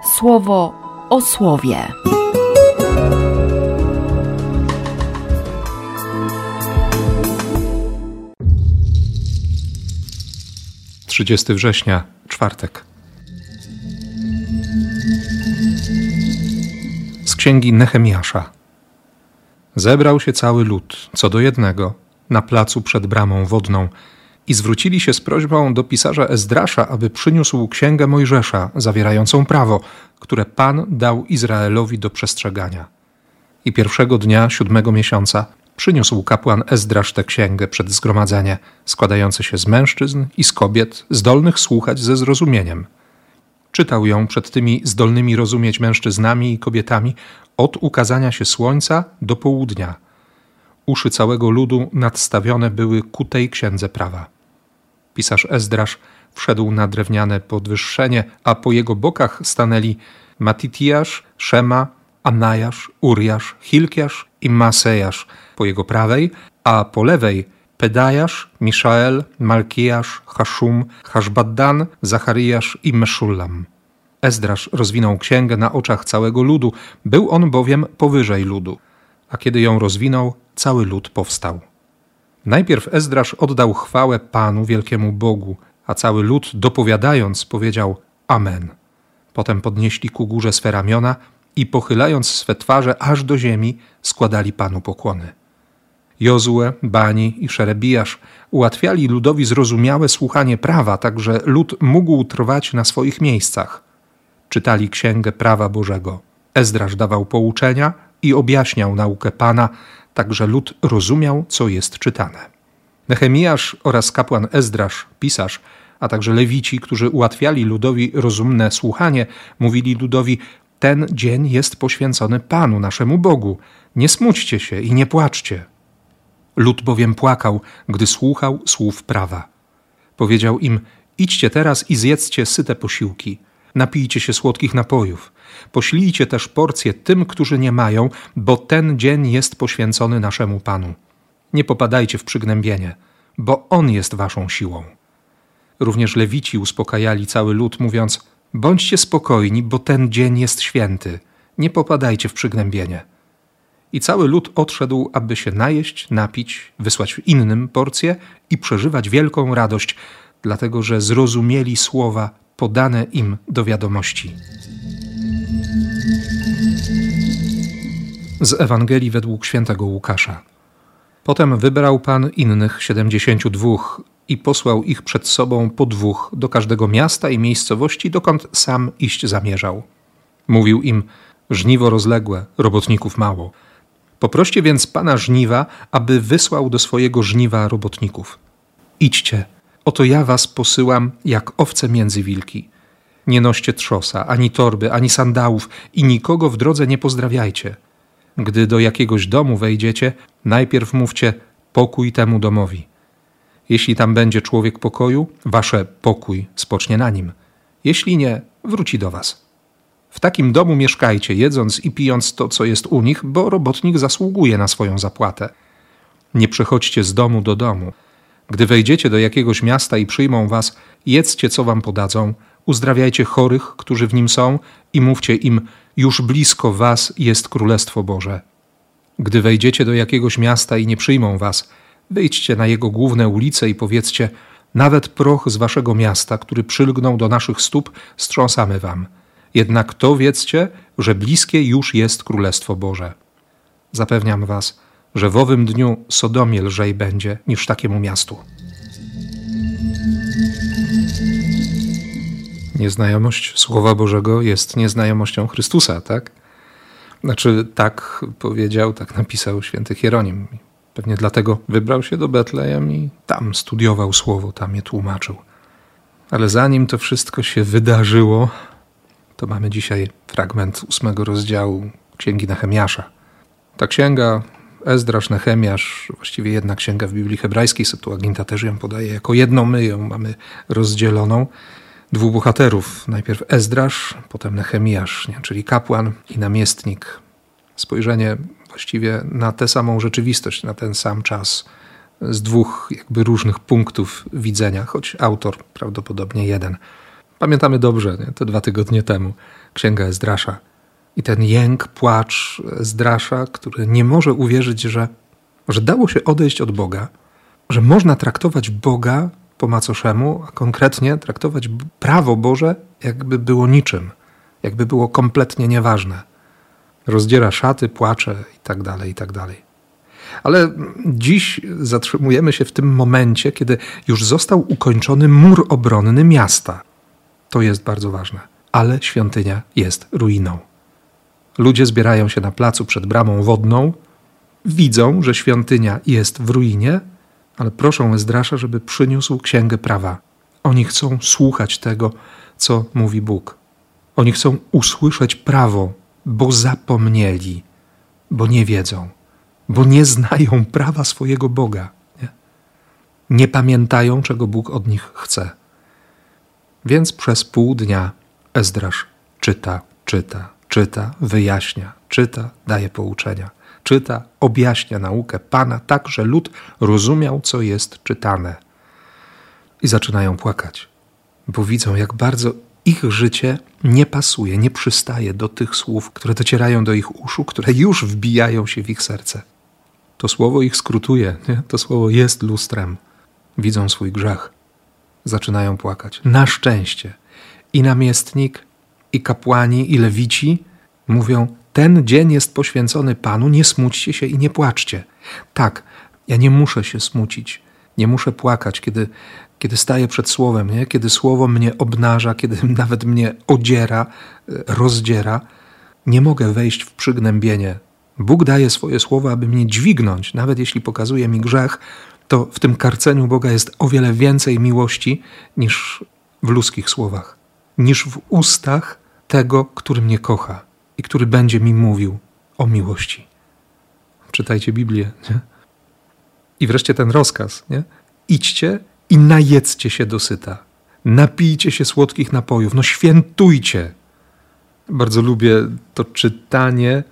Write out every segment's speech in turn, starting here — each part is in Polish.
Słowo o słowie. Trzydziesty września, czwartek. Z księgi Nehemiasza. Zebrał się cały lud, co do jednego, na placu przed bramą wodną i zwrócili się z prośbą do pisarza Ezdrasza, aby przyniósł księgę Mojżesza, zawierającą prawo, które Pan dał Izraelowi do przestrzegania. I pierwszego dnia 7 miesiąca przyniósł kapłan Ezdrasz tę księgę przed zgromadzenie, składające się z mężczyzn i z kobiet, zdolnych słuchać ze zrozumieniem. Czytał ją przed tymi zdolnymi rozumieć mężczyznami i kobietami od ukazania się słońca do południa. Uszy całego ludu nadstawione były ku tej księdze prawa. Pisarz Ezdrasz wszedł na drewniane podwyższenie, a po jego bokach stanęli Matitiasz, Szema, Anajasz, Uriasz, Hilkiasz i Maasejasz po jego prawej, a po lewej Pedajasz, Miszael, Malkijasz, Haszum, Haszbaddan, Zachariasz i Meszullam. Ezdrasz rozwinął księgę na oczach całego ludu, był on bowiem powyżej ludu, a kiedy ją rozwinął, cały lud powstał. Najpierw Ezdrasz oddał chwałę Panu, wielkiemu Bogu, a cały lud dopowiadając powiedział Amen. Potem podnieśli ku górze swe ramiona i pochylając swe twarze aż do ziemi, składali Panu pokłony. Jozue, Bani i Szerebijasz ułatwiali ludowi zrozumiałe słuchanie prawa, tak że lud mógł trwać na swoich miejscach. Czytali księgę prawa Bożego. Ezdrasz dawał pouczenia i objaśniał naukę Pana, tak że lud rozumiał, co jest czytane. Nehemiasz oraz kapłan Ezdrasz, pisarz, a także lewici, którzy ułatwiali ludowi rozumne słuchanie, mówili ludowi: ten dzień jest poświęcony Panu, naszemu Bogu. Nie smućcie się i nie płaczcie. Lud bowiem płakał, gdy słuchał słów prawa. Powiedział im: idźcie teraz i zjedzcie syte posiłki. Napijcie się słodkich napojów. Poślijcie też porcje tym, którzy nie mają, bo ten dzień jest poświęcony naszemu Panu. Nie popadajcie w przygnębienie, bo On jest waszą siłą. Również lewici uspokajali cały lud, mówiąc: bądźcie spokojni, bo ten dzień jest święty. Nie popadajcie w przygnębienie. I cały lud odszedł, aby się najeść, napić, wysłać innym porcje i przeżywać wielką radość, dlatego że zrozumieli słowa podane im do wiadomości. Z Ewangelii według świętego Łukasza. Potem wybrał Pan innych 72 i posłał ich przed sobą po 2 do każdego miasta i miejscowości, dokąd sam iść zamierzał. Mówił im: żniwo rozległe, robotników mało. Poproście więc Pana żniwa, aby wysłał do swojego żniwa robotników. Idźcie, oto ja was posyłam jak owce między wilki. Nie noście trzosa, ani torby, ani sandałów i nikogo w drodze nie pozdrawiajcie. Gdy do jakiegoś domu wejdziecie, najpierw mówcie: pokój temu domowi. Jeśli tam będzie człowiek pokoju, wasze pokój spocznie na nim. Jeśli nie, wróci do was. W takim domu mieszkajcie, jedząc i pijąc to, co jest u nich, bo robotnik zasługuje na swoją zapłatę. Nie przechodźcie z domu do domu. Gdy wejdziecie do jakiegoś miasta i przyjmą was, jedzcie, co wam podadzą, uzdrawiajcie chorych, którzy w nim są i mówcie im: już blisko was jest Królestwo Boże. Gdy wejdziecie do jakiegoś miasta i nie przyjmą was, wyjdźcie na jego główne ulice i powiedzcie: nawet proch z waszego miasta, który przylgnął do naszych stóp, strząsamy wam. Jednak to wiedzcie, że bliskie już jest Królestwo Boże. Zapewniam was, że w owym dniu Sodomie lżej będzie niż takiemu miastu. Nieznajomość Słowa Bożego jest nieznajomością Chrystusa, tak? Znaczy, tak powiedział, tak napisał święty Hieronim. Pewnie dlatego wybrał się do Betlejem i tam studiował Słowo, tam je tłumaczył. Ale zanim to wszystko się wydarzyło, to mamy dzisiaj fragment 8 rozdziału Księgi Nehemiasza. Ta księga, Ezdrasz, Nehemiasz, właściwie jedna księga w Biblii hebrajskiej, Septuaginta też ją podaje jako jedną, my ją mamy rozdzieloną. 2 bohaterów, najpierw Ezdrasz, potem Nehemiasz, czyli kapłan i namiestnik. Spojrzenie właściwie na tę samą rzeczywistość, na ten sam czas, z 2 jakby różnych punktów widzenia, choć autor prawdopodobnie jeden. Pamiętamy dobrze, nie? To 2 tygodnie temu, Księga Ezdrasza. I ten jęk, płacz Ezdrasza, który nie może uwierzyć, że dało się odejść od Boga, że można traktować Boga po macoszemu, a konkretnie traktować prawo Boże, jakby było niczym, jakby było kompletnie nieważne. Rozdziera szaty, płacze i tak dalej, i tak dalej. Ale dziś zatrzymujemy się w tym momencie, kiedy już został ukończony mur obronny miasta. To jest bardzo ważne. Ale świątynia jest ruiną. Ludzie zbierają się na placu przed bramą wodną, widzą, że świątynia jest w ruinie, ale proszą Ezdrasza, żeby przyniósł Księgę Prawa. Oni chcą słuchać tego, co mówi Bóg. Oni chcą usłyszeć prawo, bo zapomnieli, bo nie wiedzą, bo nie znają prawa swojego Boga. Nie pamiętają, czego Bóg od nich chce. Więc przez pół dnia Ezdrasz czyta, wyjaśnia, daje pouczenia, objaśnia naukę Pana tak, że lud rozumiał, co jest czytane. I zaczynają płakać, bo widzą, jak bardzo ich życie nie pasuje, nie przystaje do tych słów, które docierają do ich uszu, które już wbijają się w ich serce. To słowo ich skrutuje, nie? To słowo jest lustrem. Widzą swój grzech. Zaczynają płakać. Na szczęście i namiestnik, i kapłani, i lewici mówią: ten dzień jest poświęcony Panu, nie smućcie się i nie płaczcie. Tak, ja nie muszę się smucić, nie muszę płakać, kiedy staję przed Słowem, nie? Kiedy Słowo mnie obnaża, kiedy nawet mnie odziera, rozdziera. Nie mogę wejść w przygnębienie. Bóg daje swoje słowo, aby mnie dźwignąć. Nawet jeśli pokazuje mi grzech, to w tym karceniu Boga jest o wiele więcej miłości niż w ludzkich słowach, niż w ustach tego, który mnie kocha i który będzie mi mówił o miłości. Czytajcie Biblię, nie? I wreszcie ten rozkaz, nie? Idźcie i najedzcie się dosyta. Napijcie się słodkich napojów. No świętujcie. Bardzo lubię to czytanie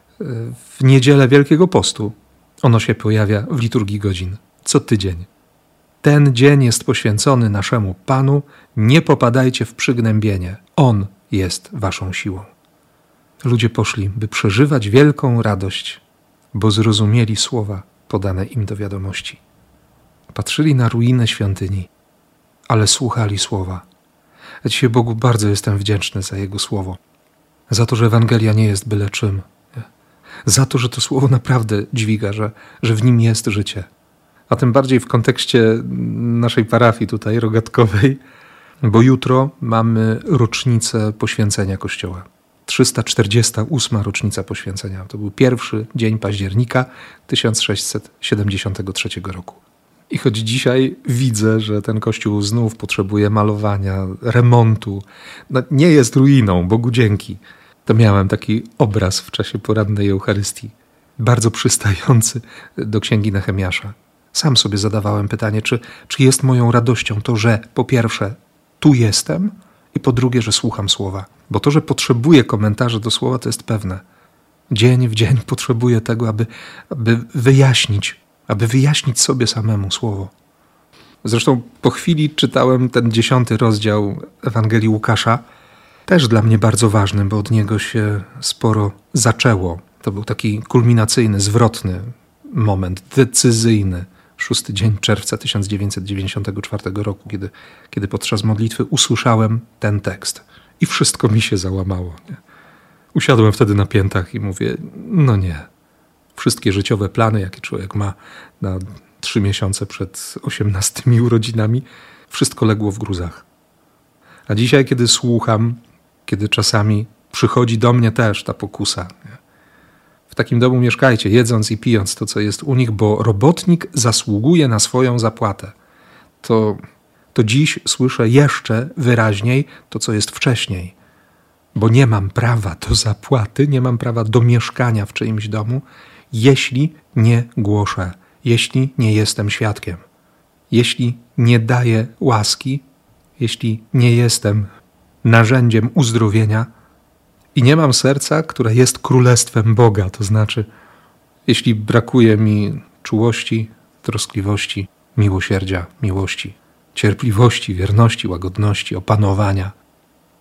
w niedzielę Wielkiego Postu. Ono się pojawia w liturgii godzin. Co tydzień. Ten dzień jest poświęcony naszemu Panu. Nie popadajcie w przygnębienie. On jest waszą siłą. Ludzie poszli, by przeżywać wielką radość, bo zrozumieli słowa podane im do wiadomości. Patrzyli na ruinę świątyni, ale słuchali słowa. Ja dzisiaj Bogu bardzo jestem wdzięczny za Jego słowo. Za to, że Ewangelia nie jest byle czym. Nie? Za to, że to słowo naprawdę dźwiga, że w nim jest życie. A tym bardziej w kontekście naszej parafii tutaj, rogatkowej, bo jutro mamy rocznicę poświęcenia Kościoła. 348. rocznica poświęcenia. To był 1 dzień października 1673 roku. I choć dzisiaj widzę, że ten kościół znów potrzebuje malowania, remontu, no nie jest ruiną, Bogu dzięki, to miałem taki obraz w czasie porannej Eucharystii, bardzo przystający do Księgi Nehemiasza. Sam sobie zadawałem pytanie, czy jest moją radością to, że po pierwsze tu jestem i po drugie, że słucham słowa. Bo to, że potrzebuję komentarzy do słowa, to jest pewne. Dzień w dzień potrzebuję tego, aby wyjaśnić sobie samemu słowo. Zresztą po chwili czytałem ten 10 rozdział Ewangelii Łukasza, też dla mnie bardzo ważny, bo od niego się sporo zaczęło. To był taki kulminacyjny, zwrotny moment, decyzyjny. 6 dzień czerwca 1994 roku, kiedy podczas modlitwy usłyszałem ten tekst. I wszystko mi się załamało. Nie? Usiadłem wtedy na piętach i mówię, no nie. Wszystkie życiowe plany, jakie człowiek ma na 3 miesiące przed 18 urodzinami, wszystko legło w gruzach. A dzisiaj, kiedy słucham, kiedy czasami przychodzi do mnie też ta pokusa, nie? W takim domu mieszkajcie, jedząc i pijąc to, co jest u nich, bo robotnik zasługuje na swoją zapłatę. To dziś słyszę jeszcze wyraźniej to, co jest wcześniej. Bo nie mam prawa do zapłaty, nie mam prawa do mieszkania w czyimś domu, jeśli nie głoszę, jeśli nie jestem świadkiem, jeśli nie daję łaski, jeśli nie jestem narzędziem uzdrowienia i nie mam serca, które jest królestwem Boga, to znaczy, jeśli brakuje mi czułości, troskliwości, miłosierdzia, miłości, cierpliwości, wierności, łagodności, opanowania,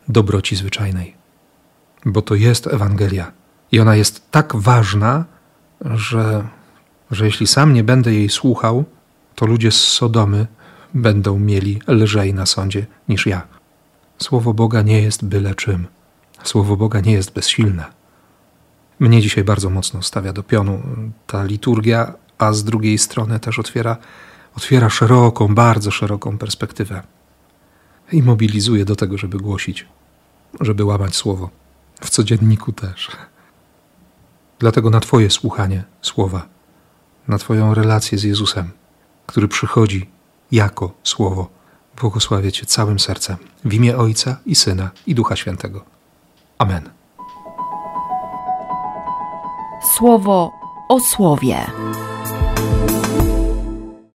dobroci zwyczajnej. Bo to jest Ewangelia i ona jest tak ważna, że jeśli sam nie będę jej słuchał, to ludzie z Sodomy będą mieli lżej na sądzie niż ja. Słowo Boga nie jest byle czym. Słowo Boga nie jest bezsilne. Mnie dzisiaj bardzo mocno stawia do pionu ta liturgia, a z drugiej strony też otwiera szeroką, bardzo szeroką perspektywę i mobilizuje do tego, żeby głosić, żeby łamać słowo. W codzienniku też. Dlatego na Twoje słuchanie słowa, na Twoją relację z Jezusem, który przychodzi jako Słowo, błogosławię Cię całym sercem w imię Ojca i Syna i Ducha Świętego. Amen. Słowo o słowie.